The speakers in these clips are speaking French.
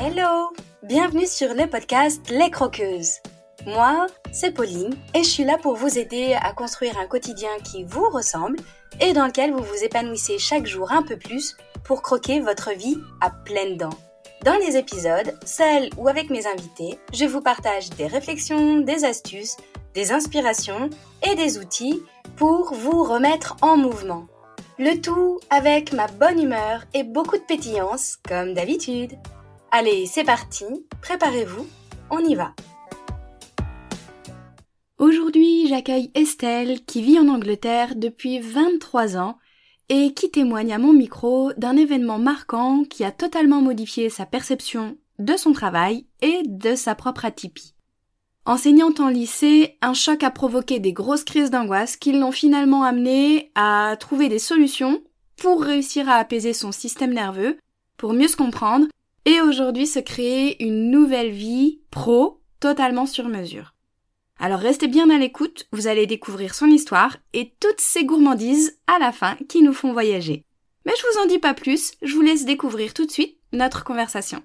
Hello! Bienvenue sur le podcast Les Croqueuses. Moi, c'est Pauline et je suis là pour vous aider à construire un quotidien qui vous ressemble et dans lequel vous vous épanouissez chaque jour un peu plus pour croquer votre vie à pleines dents. Dans les épisodes, seul ou avec mes invités, je vous partage des réflexions, des astuces, des inspirations et des outils pour vous remettre en mouvement. Le tout avec ma bonne humeur et beaucoup de pétillance, comme d'habitude. Allez, c'est parti, préparez-vous, on y va. Aujourd'hui, j'accueille Estelle qui vit en Angleterre depuis 23 ans et qui témoigne à mon micro d'un événement marquant qui a totalement modifié sa perception de son travail et de sa propre atypie. Enseignante en lycée, un choc a provoqué des grosses crises d'angoisse qui l'ont finalement amenée à trouver des solutions pour réussir à apaiser son système nerveux, pour mieux se comprendre et aujourd'hui se créer une nouvelle vie pro totalement sur mesure. Alors restez bien à l'écoute, vous allez découvrir son histoire et toutes ces gourmandises à la fin qui nous font voyager. Mais je vous en dis pas plus, je vous laisse découvrir tout de suite notre conversation.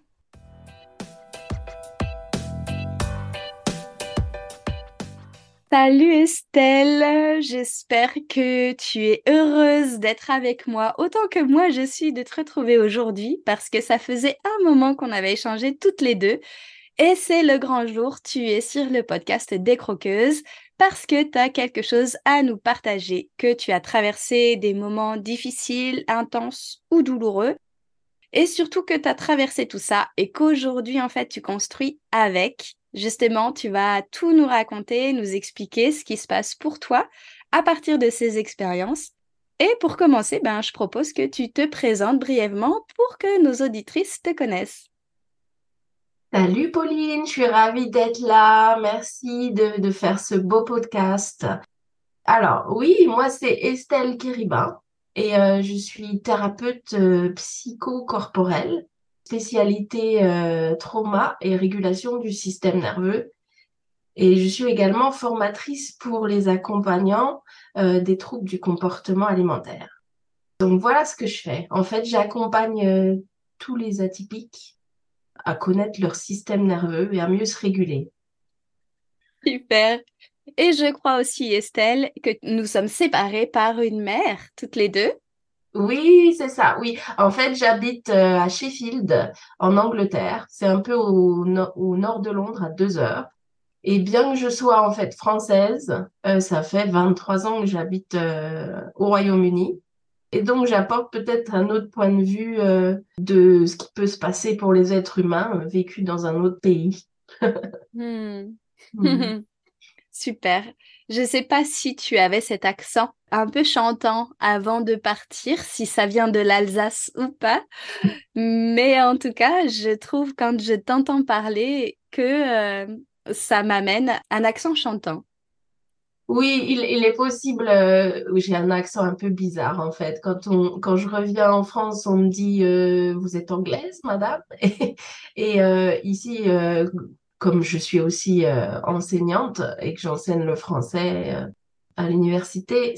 Salut Estelle, j'espère que tu es heureuse d'être avec moi autant que moi je suis de te retrouver aujourd'hui parce que ça faisait un moment qu'on avait échangé toutes les deux et c'est le grand jour, tu es sur le podcast des Croqueuses parce que tu as quelque chose à nous partager, que tu as traversé des moments difficiles, intenses ou douloureux et surtout que tu as traversé tout ça et qu'aujourd'hui en fait tu construis avec. Justement, tu vas tout nous raconter, nous expliquer ce qui se passe pour toi à partir de ces expériences. Et pour commencer, je propose que tu te présentes brièvement pour que nos auditrices te connaissent. Salut Pauline, je suis ravie d'être là. Merci de faire ce beau podcast. Alors oui, moi c'est Estelle Kériba et je suis thérapeute psychocorporelle, spécialité trauma et régulation du système nerveux. Et je suis également formatrice pour les accompagnants des troubles du comportement alimentaire. Donc voilà ce que je fais. En fait, j'accompagne tous les atypiques à connaître leur système nerveux et à mieux se réguler. Super. Et je crois aussi, Estelle, que nous sommes séparées par une mère, toutes les deux. Oui, c'est ça, oui. En fait, j'habite à Sheffield, en Angleterre. C'est un peu au nord de Londres, à 2 heures. Et bien que je sois en fait française, ça fait 23 ans que j'habite au Royaume-Uni. Et donc, j'apporte peut-être un autre point de vue de ce qui peut se passer pour les êtres humains vécus dans un autre pays. Hmm. Hmm. Super. Je ne sais pas si tu avais cet accent un peu chantant avant de partir, si ça vient de l'Alsace ou pas, mais en tout cas, je trouve quand je t'entends parler que ça m'amène un accent chantant. Oui, il est possible. Oui, j'ai un accent un peu bizarre en fait. Quand je reviens en France, on me dit vous êtes anglaise, madame. Et ici, comme je suis aussi enseignante et que j'enseigne le français à l'université,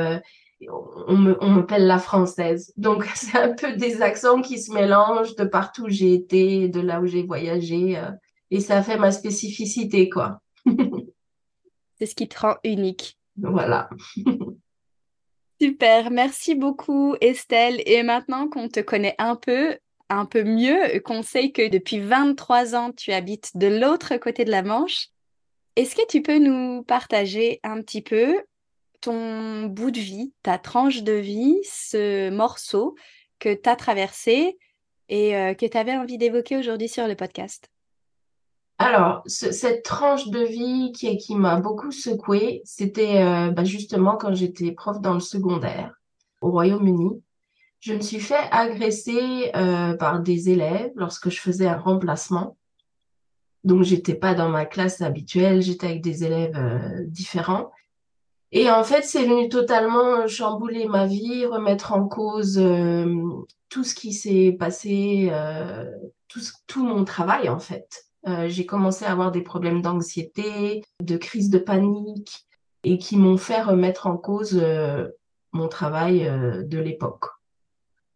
on m'appelle la française. Donc c'est un peu des accents qui se mélangent de partout où j'ai été, de là où j'ai voyagé, et ça fait ma spécificité quoi. C'est ce qui te rend unique. Voilà. Super, merci beaucoup Estelle. Et maintenant qu'on te connaît un peu mieux, qu'on sait que depuis 23 ans, tu habites de l'autre côté de la Manche, est-ce que tu peux nous partager un petit peu ton bout de vie, ta tranche de vie, ce morceau que tu as traversé et que tu avais envie d'évoquer aujourd'hui sur le podcast? Alors, cette tranche de vie qui m'a beaucoup secouée, c'était justement quand j'étais prof dans le secondaire au Royaume-Uni. Je me suis fait agresser par des élèves lorsque je faisais un remplacement. Donc, j'étais pas dans ma classe habituelle, j'étais avec des élèves différents. Et en fait, c'est venu totalement chambouler ma vie, remettre en cause tout ce qui s'est passé, tout mon travail en fait. J'ai commencé à avoir des problèmes d'anxiété, de crise de panique et qui m'ont fait remettre en cause mon travail de l'époque.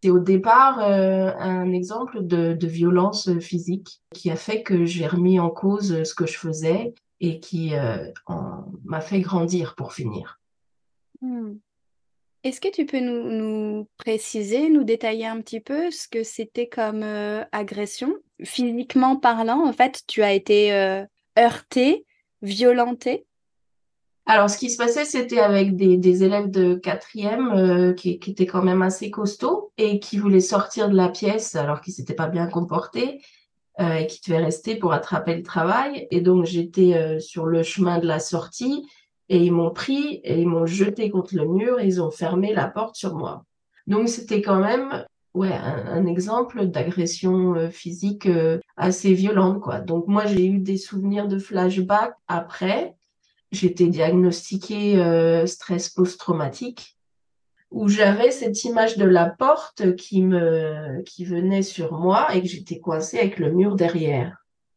C'est au départ un exemple de violence physique qui a fait que j'ai remis en cause ce que je faisais et qui m'a fait grandir pour finir. Hmm. Est-ce que tu peux nous préciser, nous détailler un petit peu ce que c'était comme agression? Physiquement parlant, en fait, tu as été heurté, violenté. Alors, ce qui se passait, c'était avec des élèves de quatrième qui étaient quand même assez costauds et qui voulaient sortir de la pièce alors qu'ils s'étaient pas bien comportés et qui devaient rester pour attraper le travail. Et donc, j'étais sur le chemin de la sortie et ils m'ont pris et ils m'ont jeté contre le mur et ils ont fermé la porte sur moi. Donc, c'était quand même ouais, un exemple d'agression physique assez violente, quoi. Donc, moi, j'ai eu des souvenirs de flashback après. J'étais diagnostiquée stress post-traumatique où j'avais cette image de la porte qui venait sur moi et que j'étais coincée avec le mur derrière.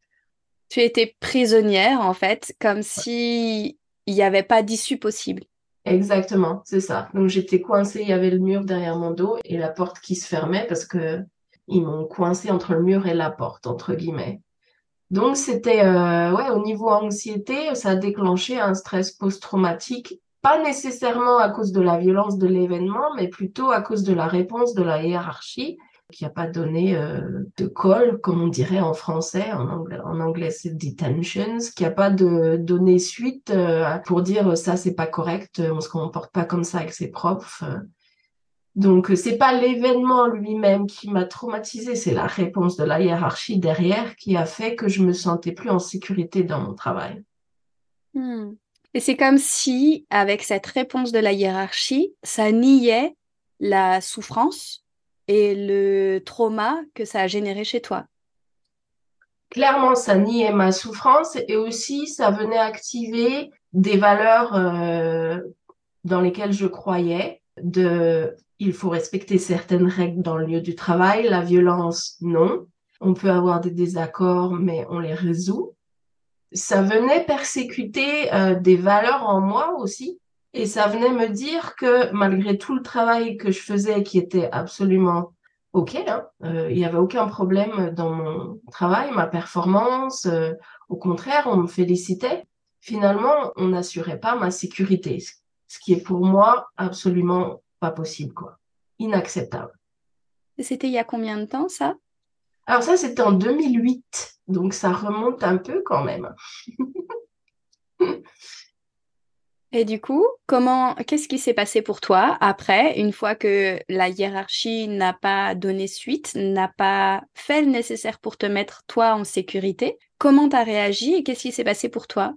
Tu étais prisonnière, en fait, comme si il n'y avait pas d'issue possible. Exactement, c'est ça. Donc j'étais coincée, il y avait le mur derrière mon dos et la porte qui se fermait parce que ils m'ont coincée entre le mur et la porte, entre guillemets. Donc c'était ouais, au niveau anxiété, ça a déclenché un stress post-traumatique, pas nécessairement à cause de la violence de l'événement, mais plutôt à cause de la réponse de la hiérarchie qui n'a pas donné de call, comme on dirait en français, en anglais c'est detentions, qui n'a pas donné suite pour dire ça c'est pas correct, on se comporte pas comme ça avec ses profs. Donc, c'est pas l'événement lui-même qui m'a traumatisée, c'est la réponse de la hiérarchie derrière qui a fait que je me sentais plus en sécurité dans mon travail. Hmm. Et c'est comme si, avec cette réponse de la hiérarchie, ça niait la souffrance et le trauma que ça a généré chez toi. Clairement, ça niait ma souffrance et aussi ça venait activer des valeurs dans lesquelles je croyais, il faut respecter certaines règles dans le lieu du travail, la violence, non. On peut avoir des désaccords, mais on les résout. Ça venait persécuter des valeurs en moi aussi. Et ça venait me dire que malgré tout le travail que je faisais, qui était absolument OK, hein, il n'y avait aucun problème dans mon travail, ma performance. Au contraire, on me félicitait. Finalement, on n'assurait pas ma sécurité, ce qui est pour moi absolument pas possible, quoi. Inacceptable. Et c'était il y a combien de temps, ça? Alors ça, c'était en 2008, donc ça remonte un peu quand même. Et du coup, qu'est-ce qui s'est passé pour toi après, une fois que la hiérarchie n'a pas donné suite, n'a pas fait le nécessaire pour te mettre toi en sécurité? Comment t'as réagi et qu'est-ce qui s'est passé pour toi?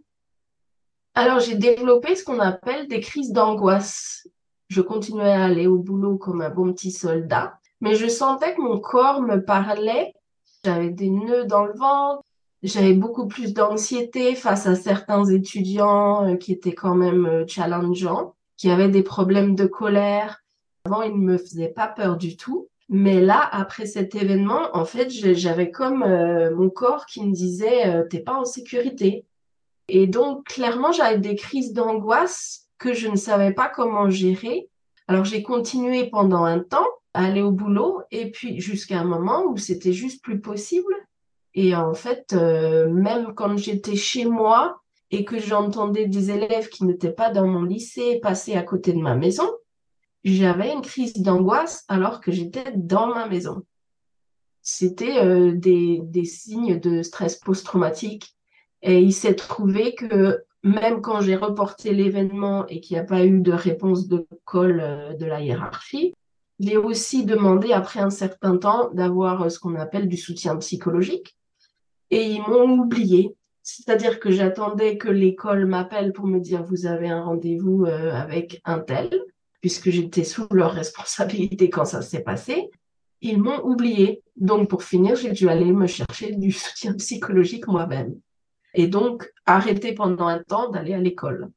Alors, j'ai développé ce qu'on appelle des crises d'angoisse. Je continuais à aller au boulot comme un bon petit soldat, mais je sentais que mon corps me parlait. J'avais des nœuds dans le ventre, j'avais beaucoup plus d'anxiété face à certains étudiants qui étaient quand même challengeants, qui avaient des problèmes de colère. Avant, ils ne me faisaient pas peur du tout. Mais là, après cet événement, en fait, j'avais comme mon corps qui me disait, t'es pas en sécurité. Et donc, clairement, j'avais des crises d'angoisse que je ne savais pas comment gérer. Alors, j'ai continué pendant un temps à aller au boulot et puis jusqu'à un moment où c'était juste plus possible. Et en fait, même quand j'étais chez moi et que j'entendais des élèves qui n'étaient pas dans mon lycée passer à côté de ma maison, j'avais une crise d'angoisse alors que j'étais dans ma maison. C'était des signes de stress post-traumatique. Et il s'est trouvé que même quand j'ai reporté l'événement et qu'il n'y a pas eu de réponse de call de la hiérarchie, j'ai aussi demandé après un certain temps d'avoir ce qu'on appelle du soutien psychologique. Et ils m'ont oublié. C'est-à-dire que j'attendais que l'école m'appelle pour me dire vous avez un rendez-vous avec un tel, puisque j'étais sous leur responsabilité quand ça s'est passé. Ils m'ont oublié. Donc, pour finir, j'ai dû aller me chercher du soutien psychologique moi-même. Et donc, arrêter pendant un temps d'aller à l'école.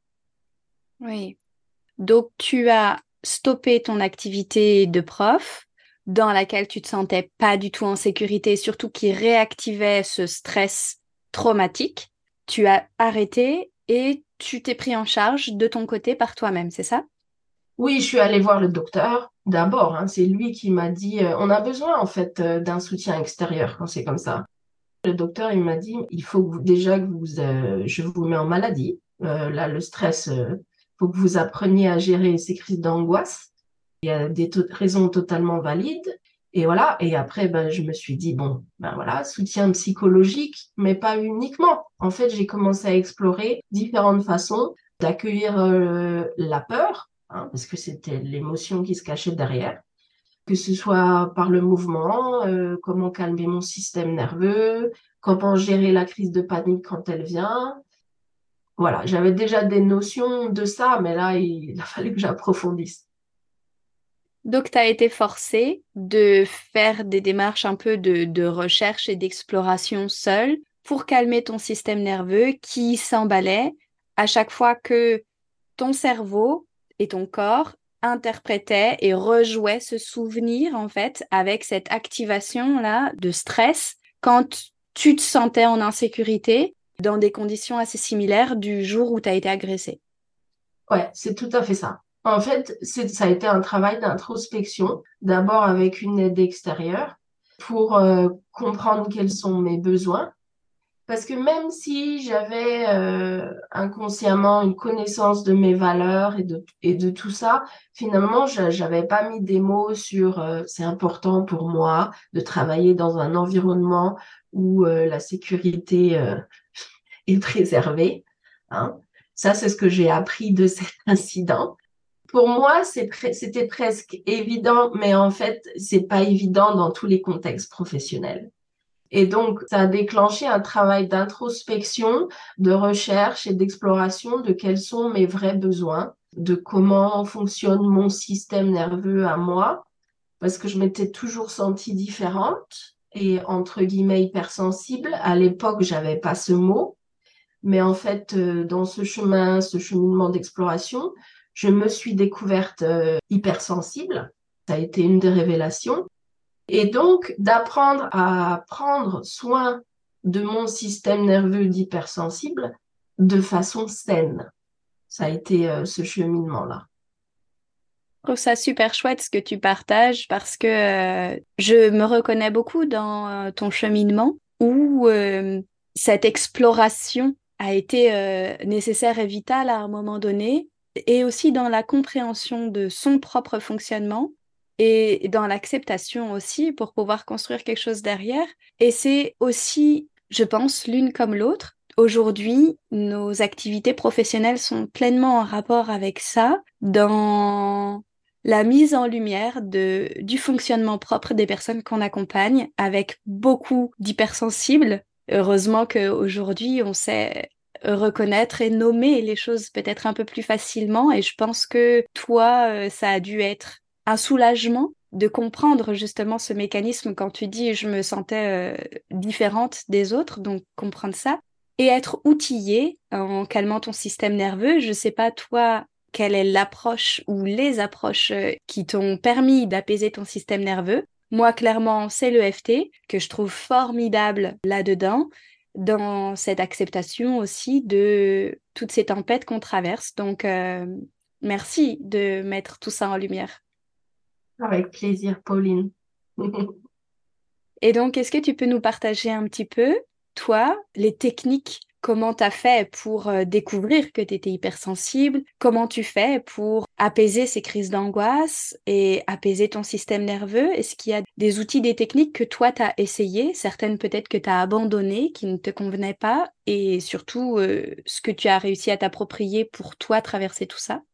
Oui. Donc, tu as stoppé ton activité de prof dans laquelle tu te sentais pas du tout en sécurité, surtout qui réactivait ce stress traumatique. Tu as arrêté et tu t'es pris en charge de ton côté par toi-même, c'est ça? Oui, je suis allée voir le docteur d'abord, hein. C'est lui qui m'a dit, on a besoin en fait d'un soutien extérieur quand c'est comme ça. Le docteur, il m'a dit, il faut que déjà que je vous mets en maladie. Là, le stress, faut que vous appreniez à gérer ces crises d'angoisse. Il y a des raisons totalement valides. Et voilà. Et après, ben, je me suis dit, bon, ben voilà, soutien psychologique, mais pas uniquement. En fait, j'ai commencé à explorer différentes façons d'accueillir la peur, hein, parce que c'était l'émotion qui se cachait derrière, que ce soit par le mouvement, comment calmer mon système nerveux, comment gérer la crise de panique quand elle vient. Voilà, j'avais déjà des notions de ça, mais là, il a fallu que j'approfondisse. Donc, tu as été forcé de faire des démarches un peu de recherche et d'exploration seule pour calmer ton système nerveux qui s'emballait à chaque fois que ton cerveau et ton corps interprétaient et rejouaient ce souvenir, en fait, avec cette activation-là de stress quand tu te sentais en insécurité dans des conditions assez similaires du jour où tu as été agressé. Ouais, c'est tout à fait ça. En fait, ça a été un travail d'introspection, d'abord avec une aide extérieure pour comprendre quels sont mes besoins. Parce que même si j'avais inconsciemment une connaissance de mes valeurs et de tout ça, finalement, j'avais pas mis des mots sur c'est important pour moi de travailler dans un environnement où la sécurité est préservée, hein. Ça, c'est ce que j'ai appris de cet incident. Pour moi, c'était presque évident, mais en fait, c'est pas évident dans tous les contextes professionnels. Et donc, ça a déclenché un travail d'introspection, de recherche et d'exploration de quels sont mes vrais besoins, de comment fonctionne mon système nerveux à moi, parce que je m'étais toujours sentie différente et entre guillemets hypersensible. À l'époque, j'avais pas ce mot, mais en fait, dans ce cheminement d'exploration, je me suis découverte hypersensible. Ça a été une des révélations. Et donc, d'apprendre à prendre soin de mon système nerveux d'hypersensible de façon saine. Ça a été ce cheminement-là. Je trouve ça super chouette ce que tu partages parce que je me reconnais beaucoup dans ton cheminement où cette exploration a été nécessaire et vitale à un moment donné et aussi dans la compréhension de son propre fonctionnement et dans l'acceptation aussi pour pouvoir construire quelque chose derrière. Et c'est aussi, je pense, l'une comme l'autre. Aujourd'hui, nos activités professionnelles sont pleinement en rapport avec ça dans la mise en lumière du fonctionnement propre des personnes qu'on accompagne avec beaucoup d'hypersensibles. Heureusement qu'aujourd'hui, on sait reconnaître et nommer les choses peut-être un peu plus facilement. Et je pense que toi, ça a dû être un soulagement de comprendre justement ce mécanisme quand tu dis je me sentais différente des autres, donc comprendre ça. Et être outillé en calmant ton système nerveux. Je sais pas, toi, quelle est l'approche ou les approches qui t'ont permis d'apaiser ton système nerveux. Moi, clairement, c'est le l'EFT que je trouve formidable là-dedans, dans cette acceptation aussi de toutes ces tempêtes qu'on traverse. Donc, merci de mettre tout ça en lumière. Avec plaisir, Pauline. Et donc, est-ce que tu peux nous partager un petit peu, toi, les techniques? Comment tu as fait pour découvrir que tu étais hypersensible? Comment tu fais pour apaiser ces crises d'angoisse et apaiser ton système nerveux? Est-ce qu'il y a des outils, des techniques que toi, tu as essayé, certaines peut-être que tu as abandonnées, qui ne te convenaient pas, et surtout ce que tu as réussi à t'approprier pour toi traverser tout ça?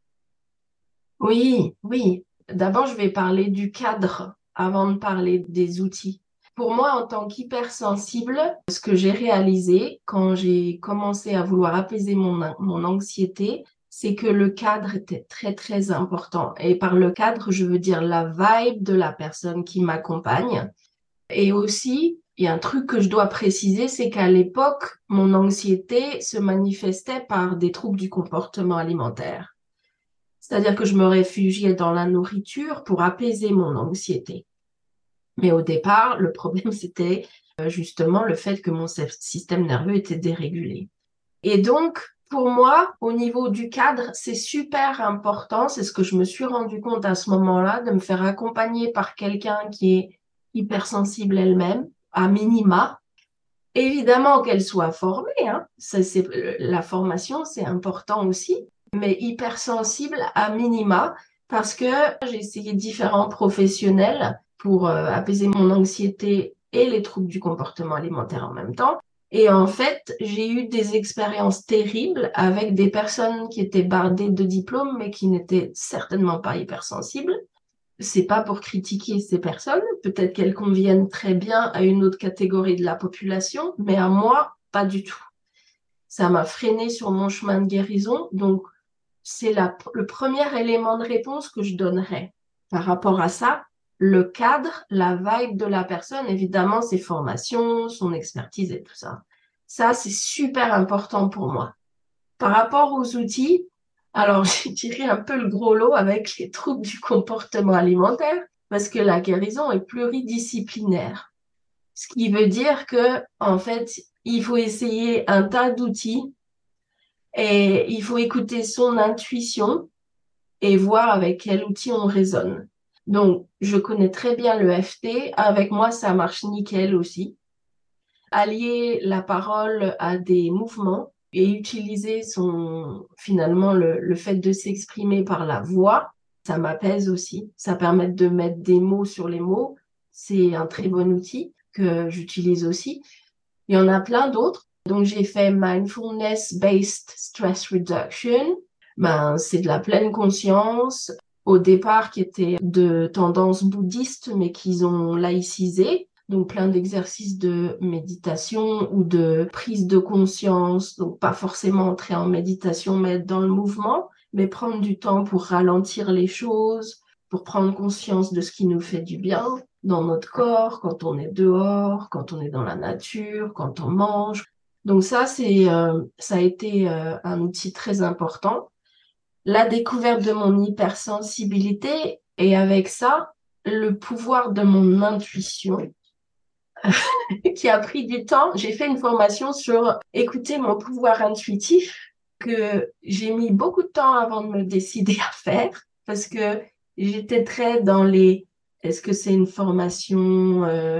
Oui, oui. D'abord, je vais parler du cadre avant de parler des outils. Pour moi, en tant qu'hypersensible, ce que j'ai réalisé quand j'ai commencé à vouloir apaiser mon anxiété, c'est que le cadre était très, très important. Et par le cadre, je veux dire la vibe de la personne qui m'accompagne. Et aussi, il y a un truc que je dois préciser, c'est qu'à l'époque, mon anxiété se manifestait par des troubles du comportement alimentaire. C'est-à-dire que je me réfugiais dans la nourriture pour apaiser mon anxiété. Mais au départ, le problème, c'était justement le fait que mon système nerveux était dérégulé. Et donc, Pour moi, au niveau du cadre, c'est super important. C'est ce que je me suis rendu compte à ce moment-là, de me faire accompagner par quelqu'un qui est hypersensible elle-même, à minima. Évidemment qu'elle soit formée, hein. La formation, c'est important aussi, mais hypersensible à minima, parce que j'ai essayé différents professionnels pour apaiser mon anxiété et les troubles du comportement alimentaire en même temps. Et en fait, j'ai eu des expériences terribles avec des personnes qui étaient bardées de diplômes, mais qui n'étaient certainement pas hypersensibles. C'est pas pour critiquer ces personnes, peut-être qu'elles conviennent très bien à une autre catégorie de la population, mais à moi, pas du tout. Ça m'a freiné sur mon chemin de guérison, donc c'est le premier élément de réponse que je donnerais par rapport à ça. Le cadre, la vibe de la personne, évidemment, ses formations, son expertise et tout ça. Ça, c'est super important pour moi. Par rapport aux outils, alors j'ai tiré un peu le gros lot avec les troubles du comportement alimentaire parce que la guérison est pluridisciplinaire. Ce qui veut dire que, en fait, il faut essayer un tas d'outils et il faut écouter son intuition et voir avec quel outil on raisonne. Donc, je connais très bien le FT. Avec moi, ça marche nickel aussi. Allier la parole à des mouvements et utiliser finalement le fait de s'exprimer par la voix, ça m'apaise aussi. Ça permet de mettre des mots sur les mots. C'est un très bon outil que j'utilise aussi. Il y en a plein d'autres. Donc, j'ai fait Mindfulness-Based Stress Reduction. Ben, c'est de la pleine conscience. Au départ, qui était de tendance bouddhiste, mais qu'ils ont laïcisé. Donc, plein d'exercices de méditation ou de prise de conscience. Donc, pas forcément entrer en méditation, mais être dans le mouvement, mais prendre du temps pour ralentir les choses, pour prendre conscience de ce qui nous fait du bien dans notre corps, quand on est dehors, quand on est dans la nature, quand on mange. Donc ça a été un outil très important. La découverte de mon hypersensibilité et avec ça, le pouvoir de mon intuition qui a pris du temps. J'ai fait une formation sur écouter mon pouvoir intuitif que j'ai mis beaucoup de temps avant de me décider à faire parce que j'étais très dans les est-ce que c'est une formation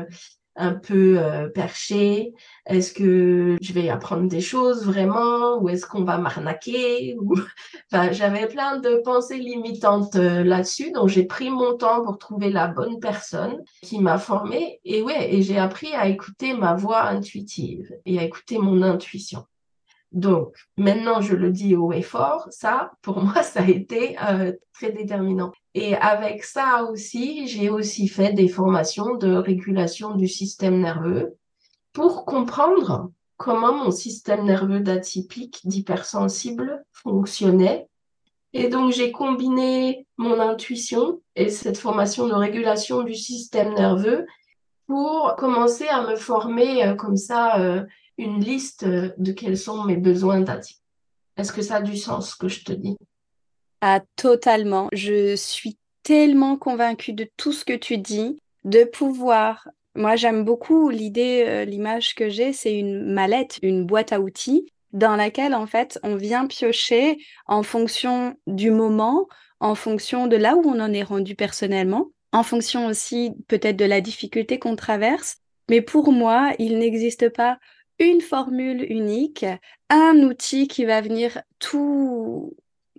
un peu perchée? Est-ce que je vais apprendre des choses vraiment? Ou est-ce qu'on va m'arnaquer? Enfin, j'avais plein de pensées limitantes là-dessus, donc j'ai pris mon temps pour trouver la bonne personne qui m'a formée. Et ouais, et j'ai appris à écouter ma voix intuitive et à écouter mon intuition. Donc, maintenant, je le dis haut et fort, ça, pour moi, ça a été très déterminant. Et avec ça aussi, j'ai aussi fait des formations de régulation du système nerveux pour comprendre comment mon système nerveux d'atypique, d'hypersensible fonctionnait. Et donc, j'ai combiné mon intuition et cette formation de régulation du système nerveux pour commencer à me former comme ça une liste de quels sont mes besoins d'atypique. Est-ce que ça a du sens ce que je te dis? Ah, totalement. Je suis tellement convaincue de tout ce que tu dis, de pouvoir. Moi, j'aime beaucoup l'idée, l'image que j'ai, c'est une mallette, une boîte à outils dans laquelle, en fait, on vient piocher en fonction du moment, en fonction de là où on en est rendu personnellement, en fonction aussi peut-être de la difficulté qu'on traverse. Mais pour moi, il n'existe pas une formule unique, un outil qui va venir tout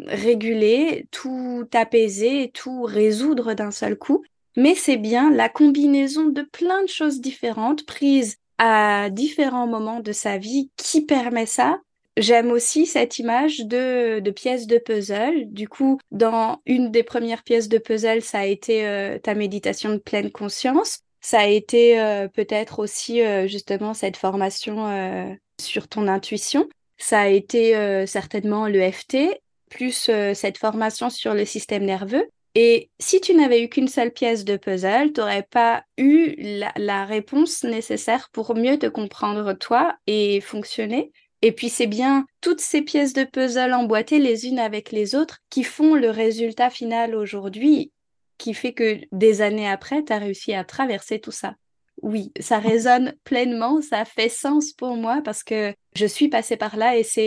réguler, tout apaiser, tout résoudre d'un seul coup. Mais c'est bien la combinaison de plein de choses différentes prises à différents moments de sa vie qui permet ça. J'aime aussi cette image de pièces de puzzle. Du coup, dans une des premières pièces de puzzle, ça a été ta méditation de pleine conscience. Ça a été peut-être aussi justement cette formation sur ton intuition. Ça a été certainement le FT, plus cette formation sur le système nerveux. Et si tu n'avais eu qu'une seule pièce de puzzle, tu n'aurais pas eu la réponse nécessaire pour mieux te comprendre toi et fonctionner. Et puis c'est bien toutes ces pièces de puzzle emboîtées les unes avec les autres qui font le résultat final aujourd'hui, qui fait que des années après, tu as réussi à traverser tout ça. Oui, ça résonne pleinement, ça fait sens pour moi parce que je suis passée par là et c'est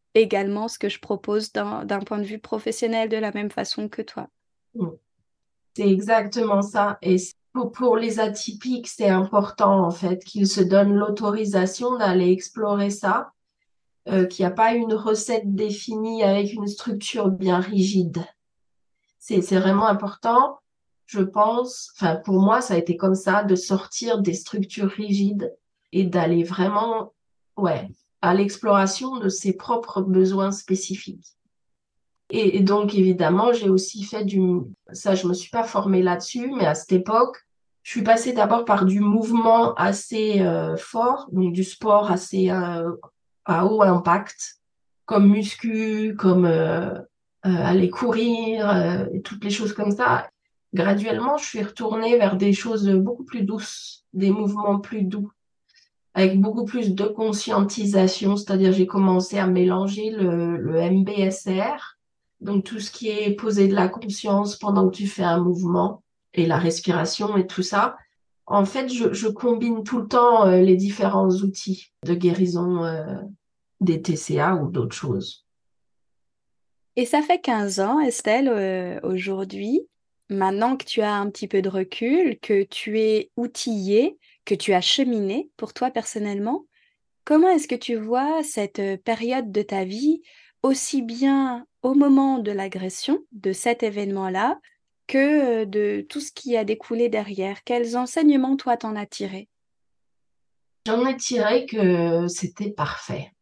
également ce que je propose d'un point de vue professionnel de la même façon que toi. C'est exactement ça. Et pour les atypiques, c'est important en fait qu'ils se donnent l'autorisation d'aller explorer ça, qu'il n'y a pas une recette définie avec une structure bien rigide. C'est vraiment important, je pense. Enfin, pour moi, ça a été comme ça, de sortir des structures rigides et d'aller vraiment, ouais, à l'exploration de ses propres besoins spécifiques. Et donc, évidemment, j'ai aussi fait ça, je me suis pas formée là-dessus, mais à cette époque, je suis passée d'abord par du mouvement assez fort, donc du sport assez à haut impact, comme muscu, comme aller courir, et toutes les choses comme ça. Graduellement, je suis retournée vers des choses beaucoup plus douces, des mouvements plus doux, avec beaucoup plus de conscientisation, c'est-à-dire j'ai commencé à mélanger le MBSR, donc tout ce qui est poser de la conscience pendant que tu fais un mouvement, et la respiration et tout ça. En fait, je combine tout le temps les différents outils de guérison des TCA ou d'autres choses. Et ça fait 15 ans, Estelle, aujourd'hui, maintenant que tu as un petit peu de recul, que tu es outillée, que tu as cheminé pour toi personnellement, comment est-ce que tu vois cette période de ta vie, aussi bien au moment de l'agression, de cet événement-là, que de tout ce qui a découlé derrière? Quels enseignements, toi, t'en as tiré? J'en ai tiré que c'était parfait.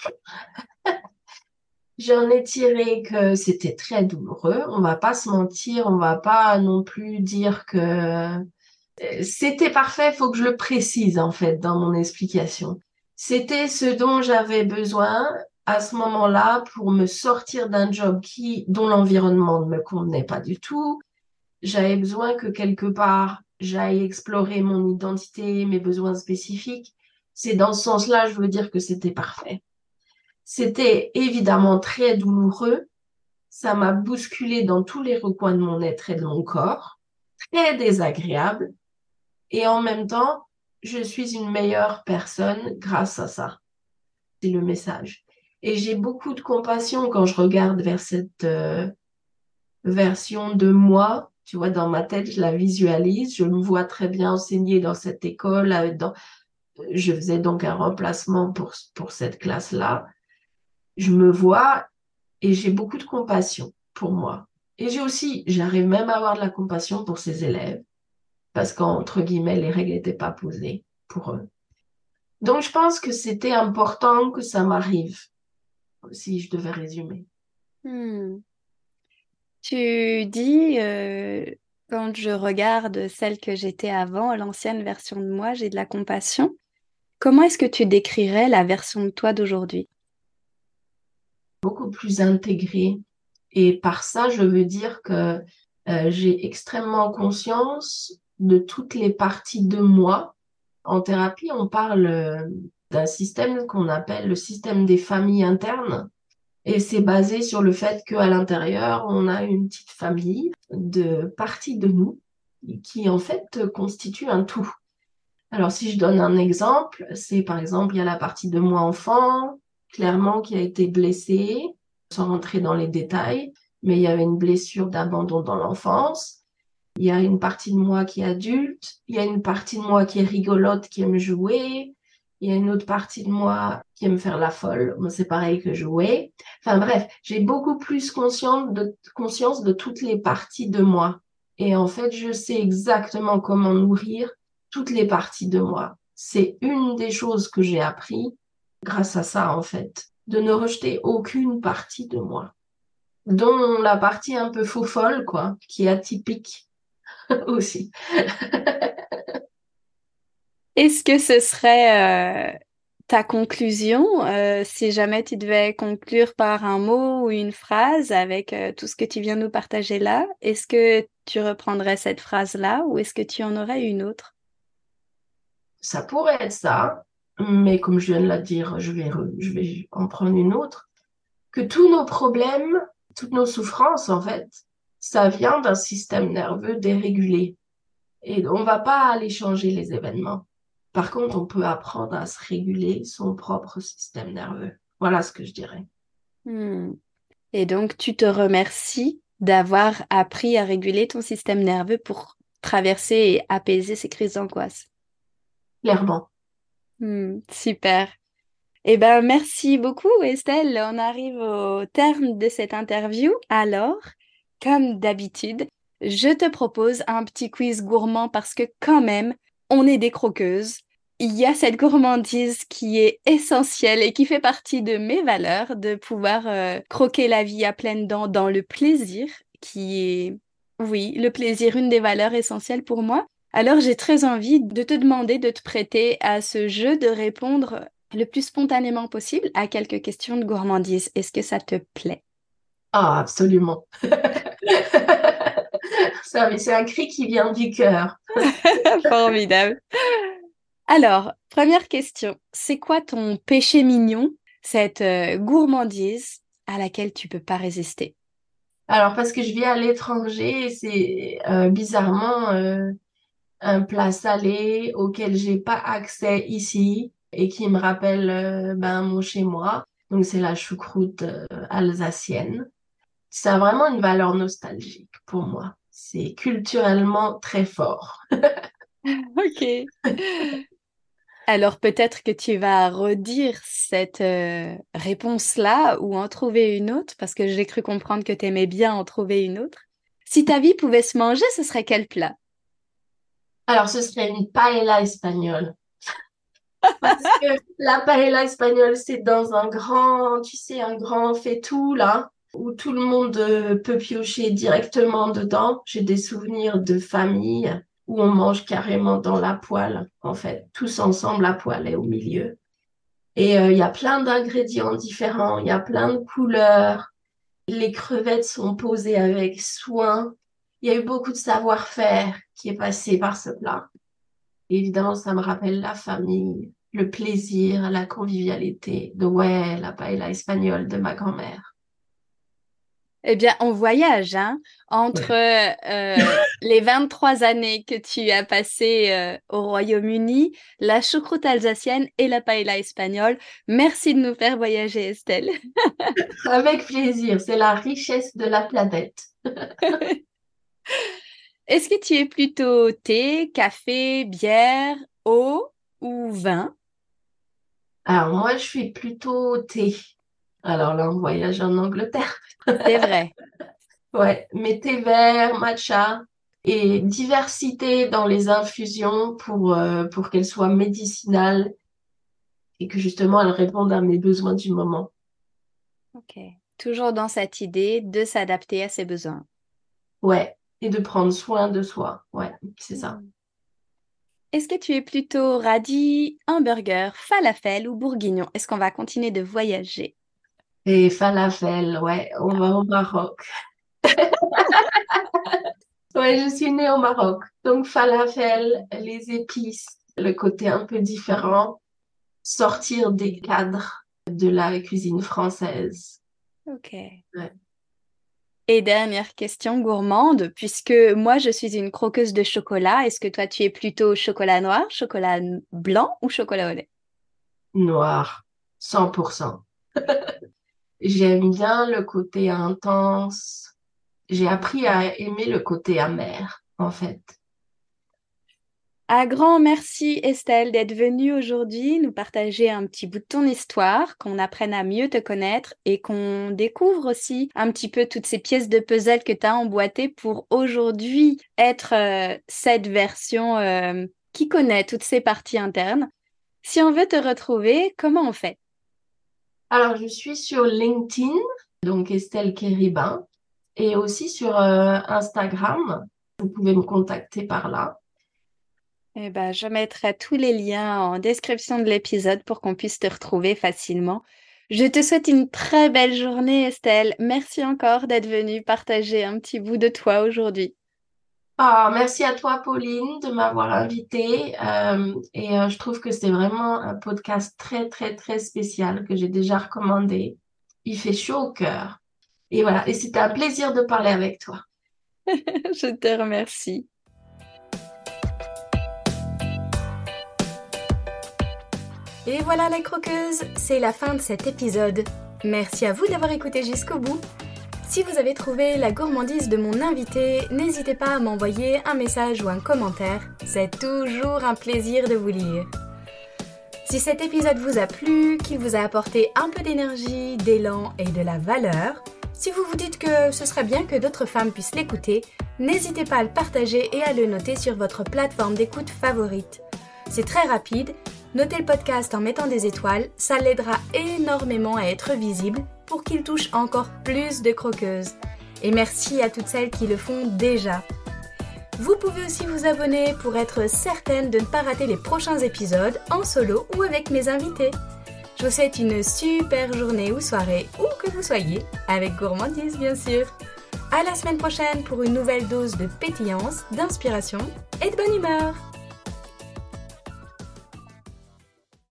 J'en ai tiré que c'était très douloureux. On va pas se mentir, on va pas non plus dire que c'était parfait. Faut que je le précise en fait dans mon explication. C'était ce dont j'avais besoin à ce moment-là pour me sortir d'un job dont l'environnement ne me convenait pas du tout. J'avais besoin que quelque part j'aille explorer mon identité, mes besoins spécifiques. C'est dans ce sens-là, je veux dire que c'était parfait. C'était évidemment très douloureux. Ça m'a bousculé dans tous les recoins de mon être et de mon corps. Très désagréable. Et en même temps, je suis une meilleure personne grâce à ça. C'est le message. Et j'ai beaucoup de compassion quand je regarde vers cette version de moi. Tu vois, dans ma tête, je la visualise. Je me vois très bien enseigner dans cette école. Je faisais donc un remplacement pour cette classe-là. Je me vois et j'ai beaucoup de compassion pour moi. Et j'arrive même à avoir de la compassion pour ces élèves parce qu'entre guillemets, les règles n'étaient pas posées pour eux. Donc, je pense que c'était important que ça m'arrive, si je devais résumer. Hmm. Tu dis, quand je regarde celle que j'étais avant, l'ancienne version de moi, j'ai de la compassion. Comment est-ce que tu décrirais la version de toi d'aujourd'hui? Beaucoup plus intégrée. Et par ça, je veux dire que j'ai extrêmement conscience de toutes les parties de moi. En thérapie, on parle d'un système qu'on appelle le système des familles internes. Et c'est basé sur le fait qu'à l'intérieur, on a une petite famille de parties de nous qui, en fait, constituent un tout. Alors, si je donne un exemple, c'est par exemple, il y a la partie de moi enfant, clairement, qui a été blessée, sans rentrer dans les détails, mais il y avait une blessure d'abandon dans l'enfance. Il y a une partie de moi qui est adulte, il y a une partie de moi qui est rigolote, qui aime jouer, il y a une autre partie de moi qui aime faire la folle, moi c'est pareil que jouer. Enfin bref, j'ai beaucoup plus conscience de toutes les parties de moi. Et en fait, je sais exactement comment nourrir toutes les parties de moi. C'est une des choses que j'ai appris grâce à ça, en fait, de ne rejeter aucune partie de moi, dont la partie un peu faux folle, quoi, qui est atypique aussi. Est-ce que ce serait ta conclusion, si jamais tu devais conclure par un mot ou une phrase avec tout ce que tu viens de nous partager là? Est-ce que tu reprendrais cette phrase-là ou est-ce que tu en aurais une autre? Ça pourrait être ça, mais comme je viens de la dire, je vais en prendre une autre. Que tous nos problèmes, toutes nos souffrances, en fait, ça vient d'un système nerveux dérégulé. Et on va pas aller changer les événements. Par contre, on peut apprendre à se réguler son propre système nerveux. Voilà ce que je dirais. Hmm. Et donc, tu te remercies d'avoir appris à réguler ton système nerveux pour traverser et apaiser ces crises d'angoisse. Clairement. Super. Eh ben, merci beaucoup, Estelle. On arrive au terme de cette interview. Alors, comme d'habitude, je te propose un petit quiz gourmand parce que quand même, on est des croqueuses. Il y a cette gourmandise qui est essentielle et qui fait partie de mes valeurs, de pouvoir croquer la vie à pleines dents dans le plaisir, qui est, oui, le plaisir, une des valeurs essentielles pour moi. Alors, j'ai très envie de te demander de te prêter à ce jeu de répondre le plus spontanément possible à quelques questions de gourmandise. Est-ce que ça te plaît? Ah, absolument. Ça, mais c'est un cri qui vient du cœur. Formidable. Alors, première question. C'est quoi ton péché mignon, cette gourmandise à laquelle tu peux pas résister? Alors, parce que je vis à l'étranger, c'est bizarrement un plat salé auquel j'ai pas accès ici et qui me rappelle ben, mon chez-moi. Donc, c'est la choucroute alsacienne. Ça a vraiment une valeur nostalgique pour moi. C'est culturellement très fort. Ok. Alors peut-être que tu vas redire cette réponse-là ou en trouver une autre, parce que j'ai cru comprendre que tu aimais bien en trouver une autre. Si ta vie pouvait se manger, ce serait quel plat? Alors, ce serait une paella espagnole. Parce que la paella espagnole, c'est dans un grand, tu sais, un grand faitout, là, où tout le monde peut piocher directement dedans. J'ai des souvenirs de famille où on mange carrément dans la poêle, en fait, tous ensemble, la poêle est au milieu. Et il y a plein d'ingrédients différents, il y a plein de couleurs. Les crevettes sont posées avec soin. Il y a eu beaucoup de savoir-faire qui est passé par ce plat. Évidemment, ça me rappelle la famille, le plaisir, la convivialité de, ouais, la paella espagnole de ma grand-mère. Eh bien, on voyage, hein, entre Ouais. les 23 années que tu as passées au Royaume-Uni, la choucroute alsacienne et la paella espagnole. Merci de nous faire voyager, Estelle. Avec plaisir, c'est la richesse de la planète. Est-ce que tu es plutôt thé, café, bière, eau ou vin? Alors moi, je suis plutôt thé. Alors là, on voyage en Angleterre. C'est vrai. Ouais, mais thé vert, matcha et diversité dans les infusions pour qu'elles soient médicinales et que justement elles répondent à mes besoins du moment. Ok. Toujours dans cette idée de s'adapter à ses besoins. Ouais, et de prendre soin de soi. Ouais, c'est ça. Hmm. Est-ce que tu es plutôt radis, hamburger, falafel ou bourguignon? Est-ce qu'on va continuer de voyager? Et falafel, ouais, on va au Maroc. Ouais, je suis née au Maroc. Donc falafel, les épices, le côté un peu différent, sortir des cadres de la cuisine française. Ok. Ouais. Et dernière question gourmande, puisque moi je suis une croqueuse de chocolat, est-ce que toi tu es plutôt chocolat noir, chocolat blanc ou chocolat au lait? Noir, 100%. J'aime bien le côté intense. J'ai appris à aimer le côté amer, en fait. Un grand merci Estelle d'être venue aujourd'hui nous partager un petit bout de ton histoire, qu'on apprenne à mieux te connaître et qu'on découvre aussi un petit peu toutes ces pièces de puzzle que tu as emboîtées pour aujourd'hui être cette version qui connaît toutes ses parties internes. Si on veut te retrouver, comment on fait? Alors, je suis sur LinkedIn, donc Estelle Kéribin, et aussi sur Instagram. Vous pouvez me contacter par là. Eh ben, je mettrai tous les liens en description de l'épisode pour qu'on puisse te retrouver facilement. Je te souhaite une très belle journée, Estelle. Merci encore d'être venue partager un petit bout de toi aujourd'hui. Ah, merci à toi, Pauline, de m'avoir invitée. Je trouve que c'est vraiment un podcast très, très, très spécial que j'ai déjà recommandé. Il fait chaud au cœur. Et voilà, et c'était un plaisir de parler avec toi. Je te remercie. Et voilà les croqueuses, c'est la fin de cet épisode. Merci à vous d'avoir écouté jusqu'au bout. Si vous avez trouvé la gourmandise de mon invité, n'hésitez pas à m'envoyer un message ou un commentaire. C'est toujours un plaisir de vous lire. Si cet épisode vous a plu, qu'il vous a apporté un peu d'énergie, d'élan et de la valeur, si vous vous dites que ce serait bien que d'autres femmes puissent l'écouter, n'hésitez pas à le partager et à le noter sur votre plateforme d'écoute favorite. C'est très rapide. Notez le podcast en mettant des étoiles, ça l'aidera énormément à être visible pour qu'il touche encore plus de croqueuses. Et merci à toutes celles qui le font déjà. Vous pouvez aussi vous abonner pour être certaine de ne pas rater les prochains épisodes en solo ou avec mes invités. Je vous souhaite une super journée ou soirée, où que vous soyez, avec gourmandise bien sûr. À la semaine prochaine pour une nouvelle dose de pétillance, d'inspiration et de bonne humeur.